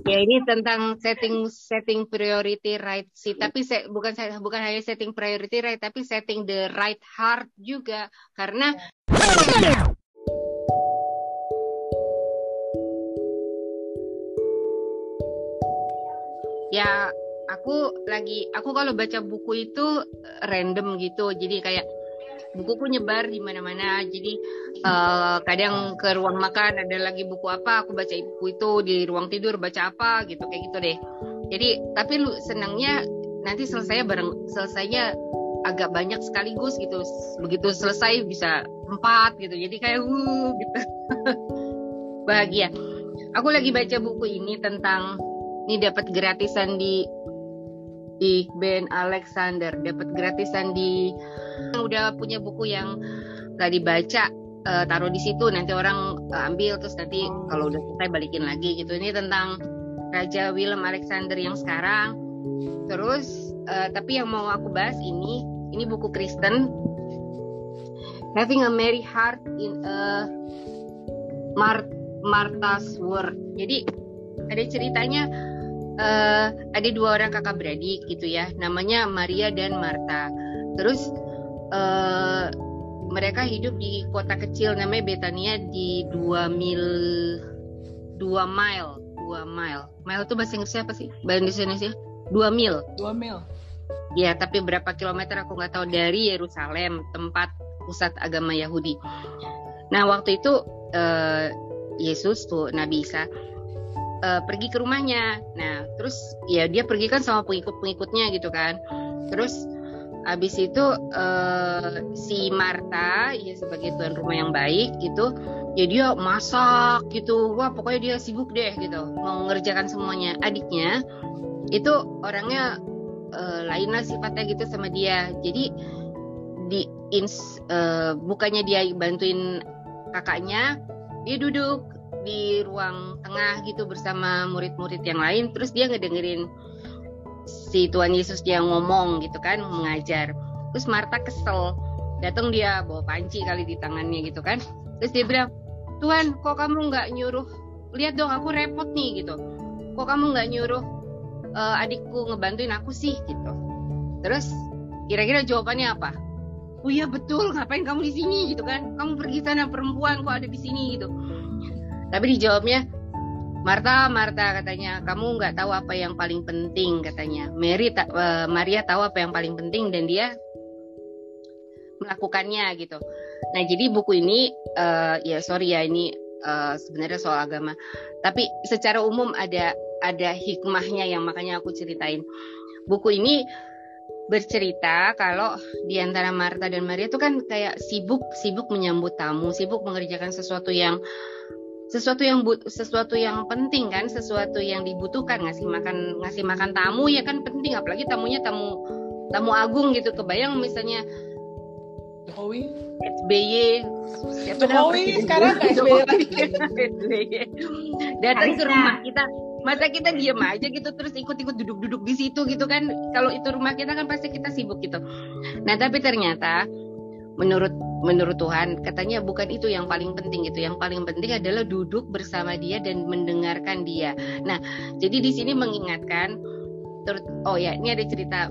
Ya ini tentang setting setting priority right sih, tapi bukan hanya setting priority right, tapi setting the right heart juga karena ya aku kalau baca buku itu random gitu, jadi kayak bukuku nyebar di mana-mana, jadi kadang ke ruang makan ada lagi buku apa, aku baca buku itu, di ruang tidur baca apa gitu, kayak gitu deh. Jadi tapi lu senangnya nanti selesainya agak banyak sekaligus gitu, begitu selesai bisa 4 gitu, jadi kayak gitu bahagia. Aku lagi baca buku ini dapat gratisan di Ben Alexander, dapat gratisan udah punya buku yang gak dibaca, taruh di situ, nanti orang ambil, terus nanti kalau udah selesai balikin lagi gitu. Ini tentang Raja Willem Alexander yang sekarang. Terus tapi yang mau aku bahas ini buku Kristen, Having a Merry Heart in a Martha's Word. Jadi ada ceritanya, ada 2 orang kakak beradik gitu ya, namanya Maria dan Martha. Terus mereka hidup di kota kecil namanya Betania, di 2 mile. Mile itu bahasa Inggrisnya apa sih? Bahasa Indonesia 2 mil. Ya, tapi berapa kilometer aku nggak tahu, dari Yerusalem, tempat pusat agama Yahudi. Nah, waktu itu Yesus tuh, Nabi Isa, pergi ke rumahnya. Nah, terus ya dia pergi kan sama pengikut-pengikutnya gitu kan. Terus abis itu si Martha ya sebagai tuan rumah yang baik gitu, ya dia masak gitu. Wah, pokoknya dia sibuk deh gitu, mau mengerjakan semuanya. Adiknya itu orangnya lain lah sifatnya gitu sama dia. Jadi bukannya dia bantuin kakaknya, dia duduk di ruang tengah gitu bersama murid-murid yang lain, terus dia ngedengerin si Tuhan Yesus dia ngomong gitu kan, mengajar. Terus Martha kesel, datang dia bawa panci kali di tangannya gitu kan, terus dia bilang, Tuhan, kok kamu nggak nyuruh, lihat dong aku repot nih gitu, kok kamu nggak nyuruh adikku ngebantuin aku sih gitu. Terus kira-kira jawabannya apa? Oh iya betul, ngapain kamu di sini gitu kan, kamu pergi sana, perempuan kok ada di sini gitu. Tapi dijawabnya, Martha katanya, kamu nggak tahu apa yang paling penting katanya. Maria tahu apa yang paling penting dan dia melakukannya gitu. Nah, jadi buku ini ini sebenarnya soal agama, tapi secara umum ada hikmahnya yang makanya aku ceritain. Buku ini bercerita kalau di antara Martha dan Maria itu kan kayak sibuk menyambut tamu, sibuk mengerjakan sesuatu yang penting kan, sesuatu yang dibutuhkan, ngasih makan tamu ya kan penting, apalagi tamunya tamu agung gitu. Kebayang misalnya Jokowi, SBY, Jokowi sekarang nggak SBY lagi. Datang ke rumah kita, masa kita diem aja gitu terus ikut duduk di situ gitu kan? Kalau itu rumah kita kan pasti kita sibuk gitu. Nah, tapi ternyata menurut Tuhan katanya bukan itu yang paling penting gitu. Yang paling penting adalah duduk bersama dia dan mendengarkan dia. Nah, jadi di sini mengingatkan, ini ada cerita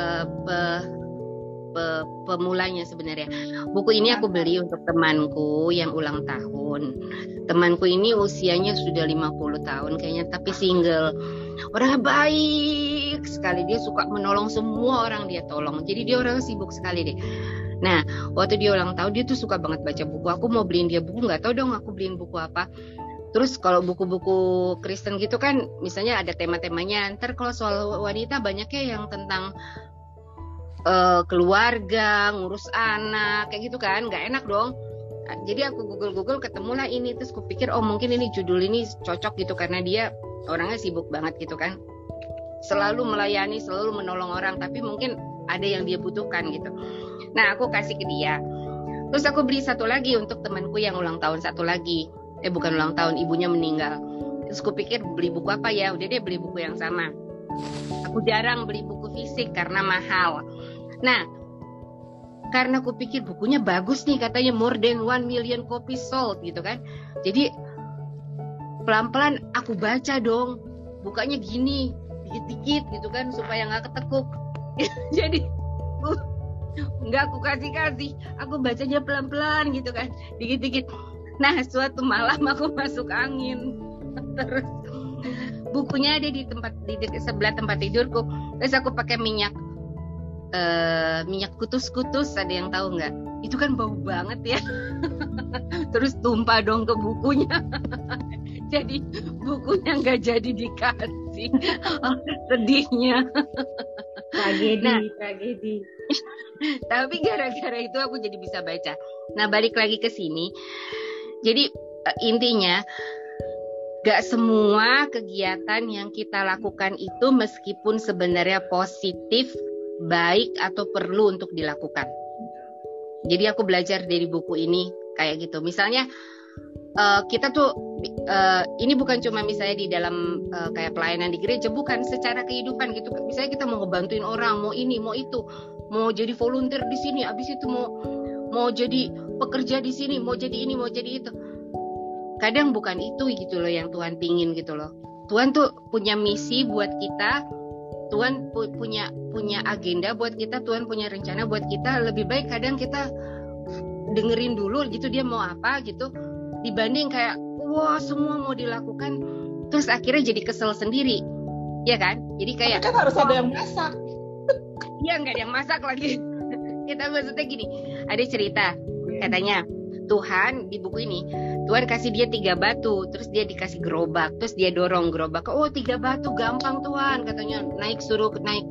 pemulanya sebenarnya. Buku ini aku beli untuk temanku yang ulang tahun. Temanku ini usianya sudah 50 tahun kayaknya, tapi single. Orangnya baik sekali, dia suka menolong semua orang dia tolong. Jadi dia orang sibuk sekali deh. Nah, waktu dia ulang tahun, dia tuh suka banget baca buku. Aku mau beliin dia buku, nggak tahu dong aku beliin buku apa. Terus kalau buku-buku Kristen gitu kan, misalnya ada tema-temanya. Ntar kalau soal wanita banyaknya yang tentang keluarga, ngurus anak, kayak gitu kan, nggak enak dong. Jadi aku Google ketemulah ini, terus aku pikir mungkin ini judul ini cocok gitu karena dia orangnya sibuk banget gitu kan, selalu melayani, selalu menolong orang, tapi mungkin ada yang dia butuhkan gitu. Nah, aku kasih ke dia. Terus aku beli satu lagi untuk temanku yang ulang tahun satu lagi. Bukan ulang tahun, ibunya meninggal. Terus aku pikir beli buku apa ya? Udah deh beli buku yang sama. Aku jarang beli buku fisik karena mahal. Nah, karena aku pikir bukunya bagus nih, katanya more than 1 million copies sold gitu kan. Jadi pelan-pelan aku baca dong. bukanya gini dikit-dikit gitu kan supaya nggak ketekuk. Jadi nggak aku kasih, aku bacanya pelan-pelan gitu kan, dikit-dikit. Nah suatu malam aku masuk angin, terus bukunya ada di sebelah tempat tidurku, terus aku pakai minyak kutus-kutus, ada yang tahu nggak? Itu kan bau banget ya. Terus tumpah dong ke bukunya. Jadi bukunya nggak jadi dikasih. Sedihnya. Tragedi. Tapi gara-gara itu aku jadi bisa baca. Nah balik lagi ke sini. Jadi intinya gak semua kegiatan yang kita lakukan itu meskipun sebenarnya positif, baik atau perlu untuk dilakukan. Jadi aku belajar dari buku ini kayak gitu. Misalnya kita tuh ini bukan cuma misalnya di dalam kayak pelayanan di gereja, bukan, secara kehidupan gitu. Misalnya kita mau ngebantuin orang, mau ini, mau itu, mau jadi volunteer di sini, abis itu mau jadi pekerja di sini, mau jadi ini, mau jadi itu. Kadang bukan itu gitu loh yang Tuhan pingin gitu loh. Tuhan tuh punya misi buat kita, Tuhan punya agenda buat kita, Tuhan punya rencana buat kita. Lebih baik kadang kita dengerin dulu gitu dia mau apa gitu, dibanding kayak wah semua mau dilakukan terus akhirnya jadi kesel sendiri, ya kan? Jadi kayak kan harus ada yang masak. Iya, nggak ada yang masak lagi. Kita maksudnya gini, ada cerita katanya Tuhan di buku ini, Tuhan kasih dia 3 batu, terus dia dikasih gerobak, terus dia dorong gerobak. Oh 3 batu gampang Tuhan, katanya suruh naik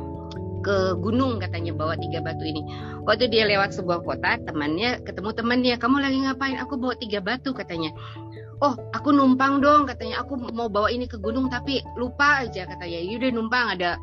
ke gunung, katanya bawa 3 batu ini. Waktu dia lewat sebuah kota, ketemu temannya, kamu lagi ngapain? Aku bawa 3 batu, katanya. Oh aku numpang dong, katanya, aku mau bawa ini ke gunung tapi lupa aja, katanya. Yaudah numpang, ada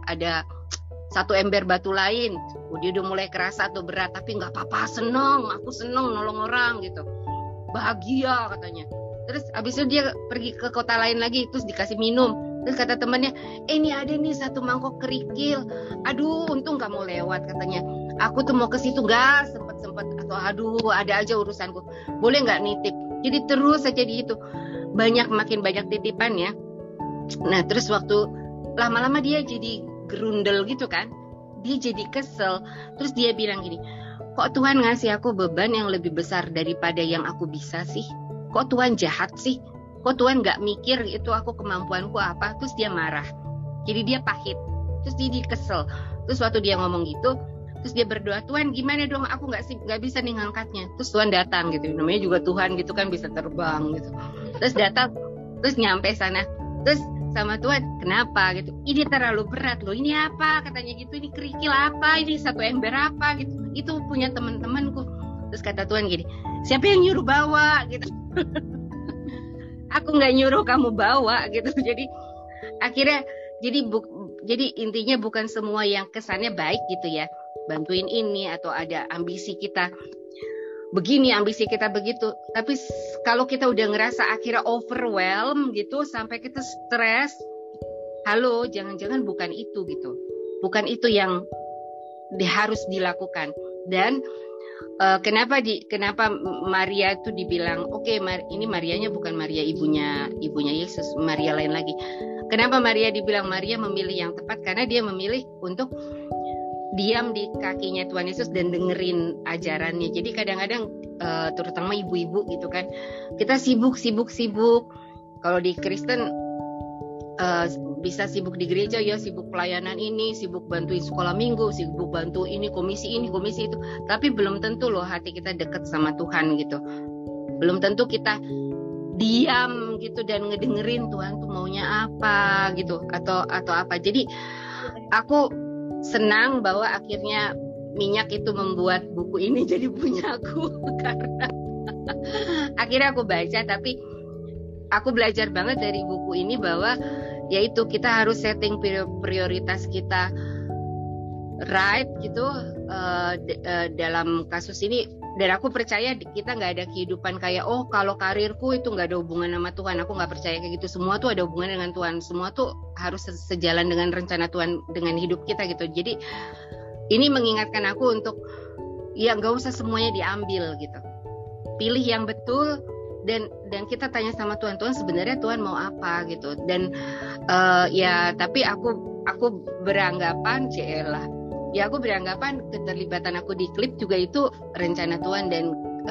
1 ember batu lain. Dia udah mulai kerasa tuh berat, tapi nggak apa-apa, aku seneng nolong orang gitu, bahagia katanya. Terus abis itu dia pergi ke kota lain lagi, terus dikasih minum. Terus kata temannya, ini ada nih 1 mangkok kerikil, aduh untung kamu lewat, katanya. Aku tuh mau ke situ nggak sempet, atau aduh ada aja urusanku, boleh nggak nitip? Jadi terus aja di itu, makin banyak titipan ya. Nah terus waktu lama-lama dia jadi gerundel gitu kan, dia jadi kesel. Terus dia bilang gini, kok Tuhan ngasih aku beban yang lebih besar daripada yang aku bisa sih? Kok Tuhan jahat sih? Kok Tuhan gak mikir itu aku kemampuanku apa? Terus dia marah, jadi dia pahit, terus dia kesel. Terus waktu dia ngomong gitu, terus dia berdoa, Tuhan gimana dong, aku gak bisa nih ngangkatnya. Terus Tuhan datang gitu, namanya juga Tuhan gitu kan, bisa terbang gitu. Terus datang, terus nyampe sana, terus sama Tuhan, kenapa gitu? Ini terlalu berat loh. Ini apa? Katanya gitu. Ini kerikil apa? Ini 1 ember apa? Gitu. Itu punya teman-temanku. Terus kata Tuhan gini, siapa yang nyuruh bawa? Gitu. Aku nggak nyuruh kamu bawa gitu. Jadi akhirnya jadi intinya bukan semua yang kesannya baik gitu ya. Bantuin ini atau ada ambisi kita begini, ambisi kita begitu. Tapi kalau kita udah ngerasa akhirnya overwhelm gitu, sampai kita stres, halo, jangan-jangan bukan itu gitu. Bukan itu yang harus dilakukan. Dan kenapa Maria itu dibilang, oke, ini Marianya bukan Maria ibunya Yesus, Maria lain lagi. Kenapa Maria dibilang Maria memilih yang tepat? Karena dia memilih untuk diam di kakinya Tuhan Yesus dan dengerin ajarannya. Jadi kadang-kadang terutama ibu-ibu gitu kan, kita sibuk. Kalau di Kristen bisa sibuk di gereja ya, sibuk pelayanan ini, sibuk bantuin sekolah minggu, sibuk bantu ini komisi itu. Tapi belum tentu loh hati kita dekat sama Tuhan gitu. Belum tentu kita diam gitu dan ngedengerin Tuhan tuh maunya apa gitu atau apa. Jadi aku senang bahwa akhirnya Minyak itu membuat buku ini jadi punya aku karena akhirnya aku baca, tapi aku belajar banget dari buku ini bahwa yaitu kita harus setting prioritas kita right gitu dalam kasus ini. Dan aku percaya kita nggak ada kehidupan kayak kalau karirku itu nggak ada hubungan sama Tuhan. Aku nggak percaya kayak gitu. Semua tuh ada hubungan dengan Tuhan. Semua tuh harus sejalan dengan rencana Tuhan dengan hidup kita gitu. Jadi ini mengingatkan aku untuk ya nggak usah semuanya diambil gitu. Pilih yang betul, dan kita tanya sama Tuhan, Tuhan sebenarnya Tuhan mau apa gitu. Dan ya tapi aku beranggapan aku beranggapan keterlibatan aku di klip juga itu rencana Tuhan. Dan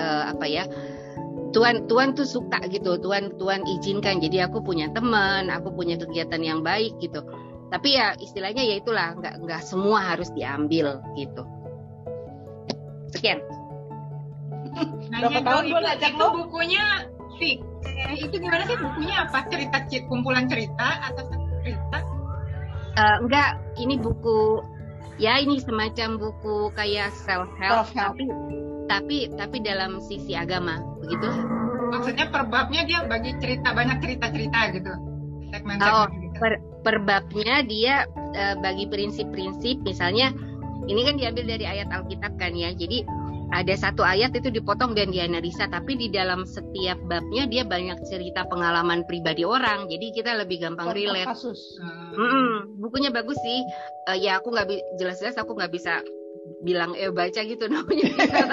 Tuhan tuh suka gitu, Tuhan izinkan. Jadi aku punya teman, aku punya kegiatan yang baik gitu. Tapi ya istilahnya ya itulah, nggak semua harus diambil gitu. Sekian. Berapa tahun gue ngajak itu bukunya fix. Itu gimana sih bukunya, apa kumpulan cerita atau cerita? Enggak, ini buku ya, ini semacam buku kayak self help tapi dalam sisi agama begitu. Maksudnya per babnya dia bagi banyak cerita gitu. Segmen-segmen gitu. Per babnya dia bagi prinsip-prinsip. Misalnya ini kan diambil dari ayat Alkitab kan ya. Jadi ada satu ayat itu dipotong dan dianalisa, tapi di dalam setiap babnya dia banyak cerita pengalaman pribadi orang, jadi kita lebih gampang relate. Kasus. Bukunya bagus sih. Ya aku nggak jelas-jelas aku nggak bisa bilang baca gitu namanya.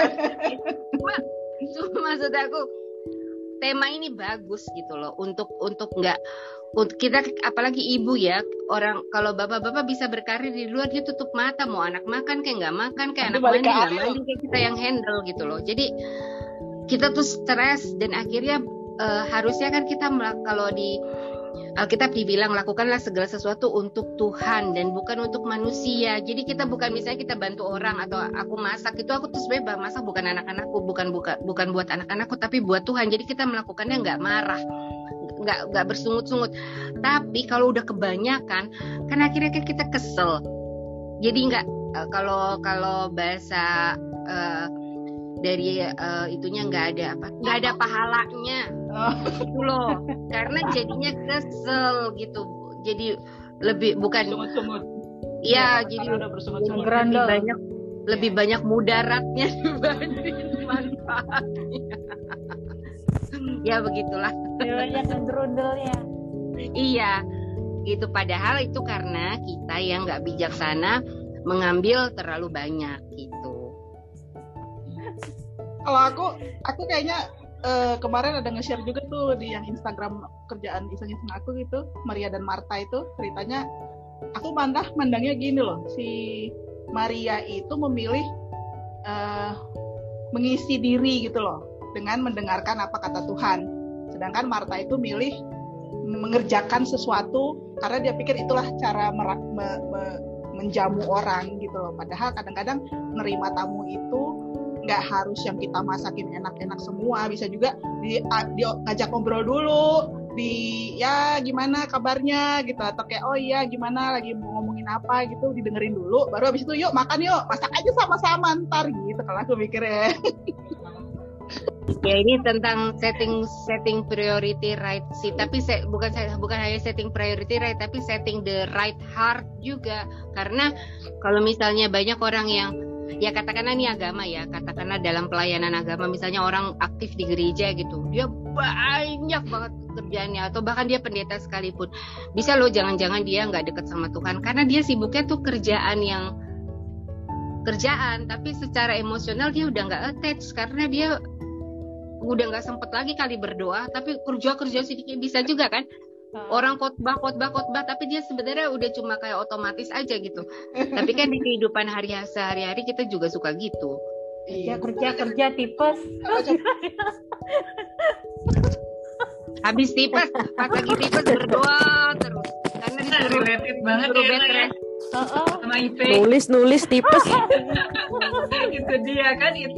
Cuma maksud aku tema ini bagus gitu loh, untuk kita, apalagi ibu ya, orang kalau bapak-bapak bisa berkarir di luar, dia tutup mata mau anak makan kayak nggak makan, kayak anak mandi nggak mandi, kayak kita yang handle gitu loh. Jadi kita tuh stres, dan akhirnya harusnya kan kita, kalau di Alkitab dibilang lakukanlah segala sesuatu untuk Tuhan dan bukan untuk manusia. Jadi kita bukan misalnya kita bantu orang atau aku masak itu, aku tuh sebenarnya masak bukan anak-anakku, bukan buat anak-anakku, tapi buat Tuhan. Jadi kita melakukannya nggak marah, nggak bersungut-sungut. Tapi kalau udah kebanyakan kan akhirnya kita kesel. Jadi nggak, kalau bahasa dari itunya nggak ada pahalanya gitu loh, karena jadinya kesel gitu. Jadi lebih bukan sungut-sungut. Iya, jadi lebih banyak mudaratnya dibanding manfaatnya. Ya begitulah. Banyak ngerundelnya. Iya, gitu. Padahal itu karena kita yang nggak bijaksana mengambil terlalu banyak gitu. Kalau aku kayaknya kemarin ada nge-share juga tuh di yang Instagram kerjaan iseng-iseng aku gitu, Maria dan Marta itu ceritanya. Aku mandangnya gini loh, si Maria itu memilih mengisi diri gitu loh, dengan mendengarkan apa kata Tuhan. Sedangkan Marta itu milih mengerjakan sesuatu karena dia pikir itulah cara menjamu orang gitu loh. Padahal kadang-kadang menerima tamu itu nggak harus yang kita masakin enak-enak semua, bisa juga ngajak ngobrol dulu, ya gimana kabarnya gitu, atau kayak oh iya gimana lagi mau ngomongin apa gitu, didengerin dulu, baru habis itu yuk makan yuk, masak aja sama-sama ntar gitu kalau aku mikirnya. Ya ini tentang setting priority right sih, tapi bukan hanya setting priority right, tapi setting the right heart juga. Karena kalau misalnya banyak orang yang ya katakanlah ini agama ya, katakanlah dalam pelayanan agama, misalnya orang aktif di gereja gitu, dia banyak banget kerjaannya, atau bahkan dia pendeta sekalipun, bisa loh jangan-jangan dia nggak dekat sama Tuhan karena dia sibuknya tuh kerjaan, tapi secara emosional dia udah nggak attach karena dia udah nggak sempet lagi kali berdoa, tapi kerja sedikit bisa juga kan. Orang khotbah tapi dia sebenarnya udah cuma kayak otomatis aja gitu. Tapi kan di kehidupan sehari-hari kita juga suka gitu. Kerja tipes. Habis tipes, pas lagi tipes berdoa terus. Karena disuruh related banget ya. Sama IP. Nulis tipes. Itu dia.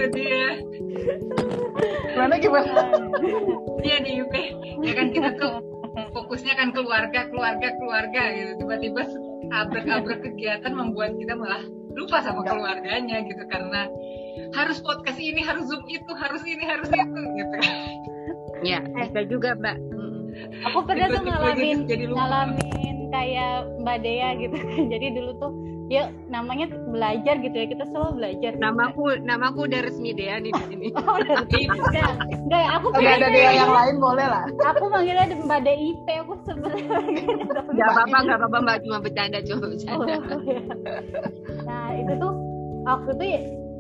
Gimana? Iya di IP. Ya kan kita tuh fokusnya kan keluarga gitu. Tiba-tiba abrek kegiatan membuat kita malah lupa sama keluarganya gitu, karena harus podcast ini, harus Zoom itu, harus ini, harus itu gitu. Ya, bisa juga, Mbak. Aku pernah tuh ngalamin kayak Mbak Dea gitu. Jadi dulu tuh ya namanya belajar gitu ya, kita semua belajar. Namaku udah resmi Dea nih di sini. Oh, udah resmi. Enggak, aku ada Dea yang lain boleh lah. Aku manggilnya Mbak DIP, aku sebenarnya. Enggak apa-apa Mbak, cuma bercanda. Oh, ya. Nah, itu tuh waktu itu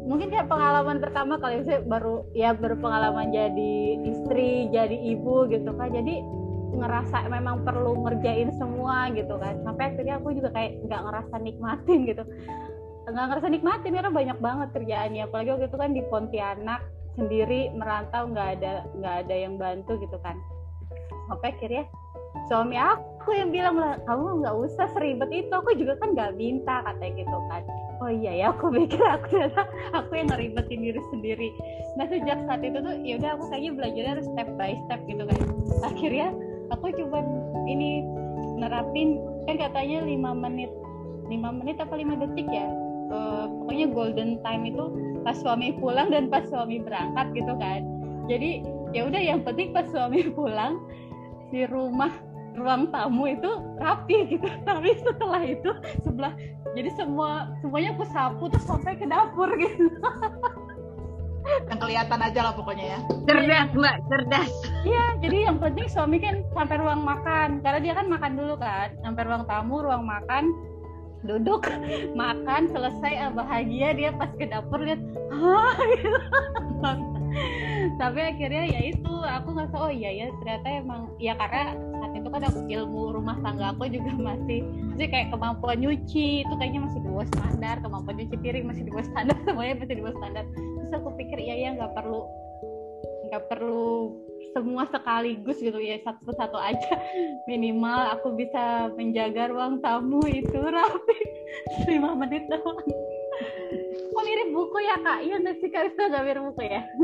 mungkin kayak pengalaman pertama kali saya baru pengalaman jadi istri, jadi ibu gitu kan, jadi ngerasa memang perlu ngerjain semua gitu kan, sampai akhirnya aku juga kayak nggak ngerasa nikmatin karena banyak banget kerjaannya, apalagi waktu itu kan di Pontianak sendiri merantau, nggak ada yang bantu gitu kan, sampai akhirnya suami aku yang bilang lah, kamu nggak usah seribet itu, aku juga kan nggak minta katanya gitu kan. Oh iya ya, aku pikir aku yang ngeribetin diri sendiri. Nah sejak saat itu tuh ya udah aku kayaknya belajarnya harus step by step gitu kan. Akhirnya aku coba ini nerapin, kan katanya 5 menit apa 5 detik ya, pokoknya golden time itu pas suami pulang dan pas suami berangkat gitu kan. Jadi ya udah, yang penting pas suami pulang di ruang tamu itu rapi gitu, tapi setelah itu jadi semuanya aku sapu terus sampai ke dapur gitu. Yang kelihatan aja lah pokoknya ya. Cerdas Mbak, cerdas. Iya, jadi yang penting suami kan sampai ruang makan, karena dia kan makan dulu kan, sampai ruang tamu, ruang makan, duduk makan selesai, bahagia dia pas ke dapur lihat gitu. Tapi akhirnya ya itu aku ngerasa oh iya ya ternyata emang ya, karena saat itu kan aku ilmu rumah tangga aku juga masih kayak kemampuan nyuci itu kayaknya masih di bawah standar, kemampuan nyuci piring masih di bawah standar, semuanya masih di bawah standar. Terus aku pikir iya nggak perlu semua sekaligus gitu ya, satu-satu aja, minimal aku bisa menjaga ruang tamu itu rapi 5 menit doang. Kok mirip buku ya Kak? Iya nggak sih Kak, itu nggak mirip buku ya?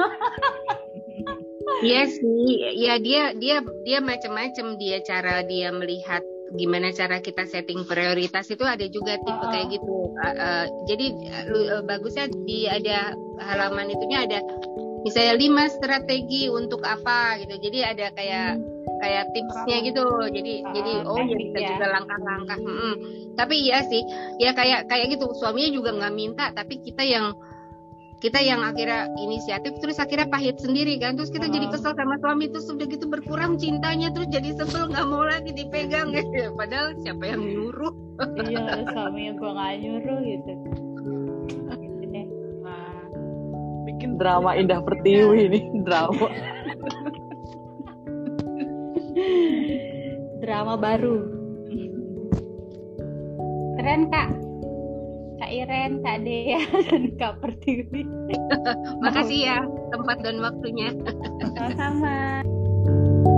Iya sih, ya dia macam-macam, dia cara dia melihat gimana cara kita setting prioritas itu ada juga tipe kayak gitu. Jadi bagusnya ada halaman itunya ada misalnya 5 strategi untuk apa gitu. Jadi ada kayak tipsnya gitu. Jadi oh ya bisa juga langkah-langkah. Tapi iya sih, ya kayak gitu. Suaminya juga nggak minta, tapi kita yang akhirnya inisiatif, terus akhirnya pahit sendiri kan, terus kita jadi kesel sama suami, terus udah gitu berkurang cintanya, terus jadi sebel nggak mau lagi dipegang gitu. Padahal siapa yang nyuruh? Iya, suami yang gue nggak nyuruh gitu. Bikin drama Indah Pertiwi ini, drama baru. Keren Kak Iren, Kak Dea, dan Kak Pertiwi. Makasih ya tempat dan waktunya. Sama-sama.